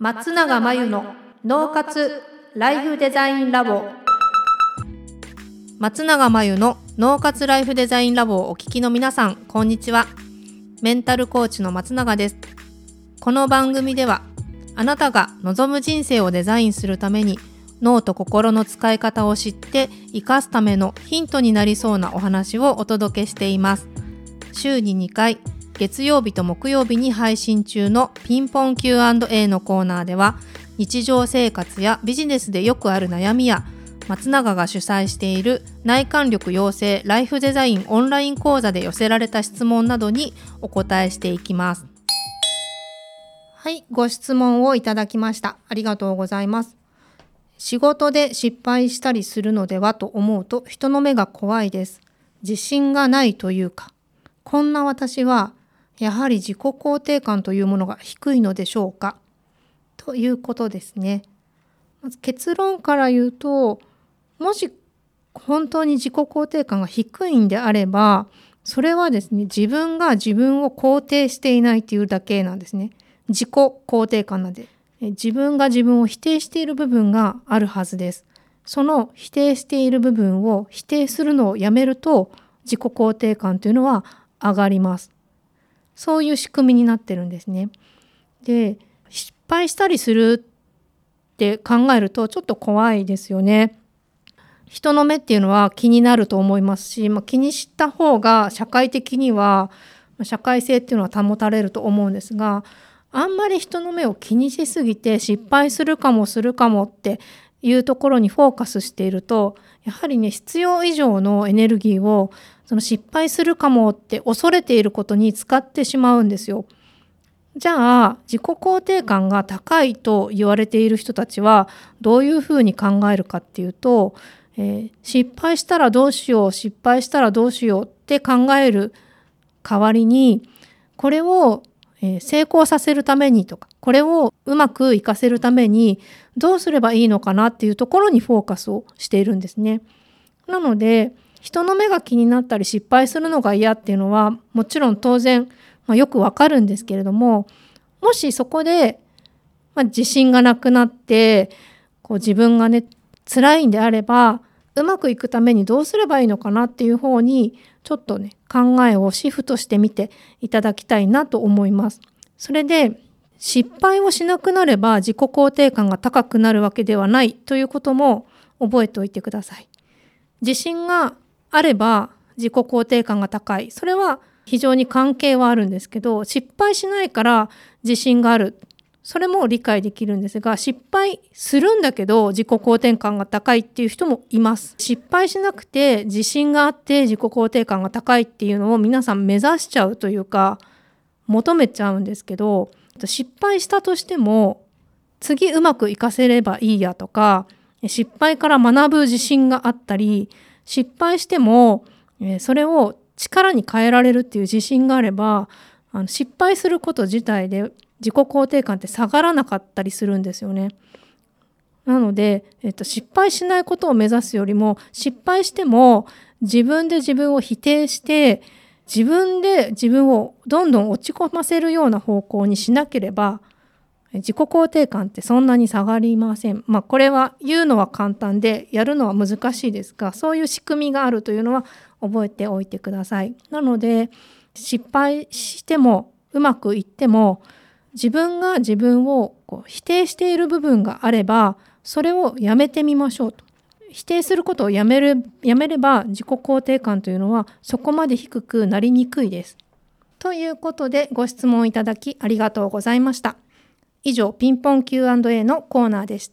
松永真由の脳活ライフデザインラボ。松永真由の脳活ライフデザインラボをお聞きの皆さん、こんにちは。メンタルコーチの松永です。この番組では、あなたが望む人生をデザインするために脳と心の使い方を知って生かすためのヒントになりそうなお話をお届けしています。週に2回、月曜日と木曜日に配信中のピンポン Q&A のコーナーでは、日常生活やビジネスでよくある悩みや、松永が主催している内観力養成ライフデザインオンライン講座で寄せられた質問などにお答えしていきます。はい、ご質問をいただきました。ありがとうございます。仕事で失敗したりするのではと思うと人の目が怖いです。自信がないというか、こんな私はやはり自己肯定感というものが低いのでしょうか、ということですね。まず結論から言うと、もし本当に自己肯定感が低いんであれば、それはですね、自分が自分を肯定していないというだけなんですね。自己肯定感なんで、自分が自分を否定している部分があるはずです。その否定している部分を否定するのをやめると、自己肯定感というのは上がります。そういう仕組みになってるんですね。で、失敗したりするって考えるとちょっと怖いですよね。人の目っていうのは気になると思いますし、気にした方が社会的には社会性っていうのは保たれると思うんですが、あんまり人の目を気にしすぎて失敗するかもっていうところにフォーカスしていると、やはりね、必要以上のエネルギーをその失敗するかもって恐れていることに使ってしまうんですよ。じゃあ自己肯定感が高いと言われている人たちはどういうふうに考えるかっていうと、失敗したらどうしようって考える代わりに、これを成功させるためにとか、これをうまくいかせるためにどうすればいいのかなっていうところにフォーカスをしているんですね。なので人の目が気になったり失敗するのが嫌っていうのはもちろん当然、よくわかるんですけれども、もしそこで、自信がなくなって自分がね辛いんであれば、うまくいくためにどうすればいいのかなっていう方にちょっとね考えをシフトしてみていただきたいなと思います。それで失敗をしなくなれば自己肯定感が高くなるわけではないということも覚えておいてください。自信があれば自己肯定感が高い、それは非常に関係はあるんですけど、失敗しないから自信がある、それも理解できるんですが、失敗するんだけど自己肯定感が高いっていう人もいます。失敗しなくて自信があって自己肯定感が高いっていうのを皆さん目指しちゃうというか求めちゃうんですけど、失敗したとしても次うまくいかせればいいやとか、失敗から学ぶ自信があったり、失敗してもそれを力に変えられるっていう自信があれば、失敗すること自体で自己肯定感って下がらなかったりするんですよね。なので、失敗しないことを目指すよりも、失敗しても自分で自分を否定して自分で自分をどんどん落ち込ませるような方向にしなければ自己肯定感ってそんなに下がりません。これは言うのは簡単でやるのは難しいですが、そういう仕組みがあるというのは覚えておいてください。なので失敗してもうまくいっても、自分が自分を否定している部分があればそれをやめてみましょうと。否定することをやめれば自己肯定感というのはそこまで低くなりにくいです。ということでご質問いただきありがとうございました。以上、ピンポン Q&A のコーナーでした。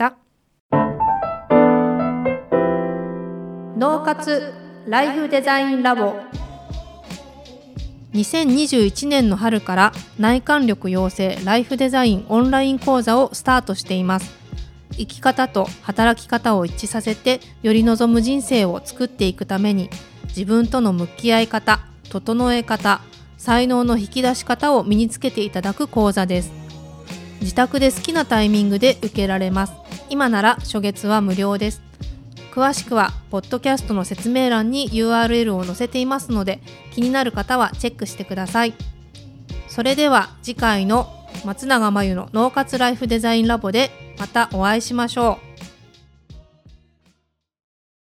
脳活ライフデザインラボ。2021年の春から内観力養成ライフデザインオンライン講座をスタートしています。生き方と働き方を一致させてより望む人生を作っていくために、自分との向き合い方、整え方、才能の引き出し方を身につけていただく講座です。自宅で好きなタイミングで受けられます。今なら初月は無料です。詳しくはポッドキャストの説明欄に URL を載せていますので、気になる方はチェックしてください。それでは次回の松永真由の脳活ライフデザインラボでまたお会いしましょう。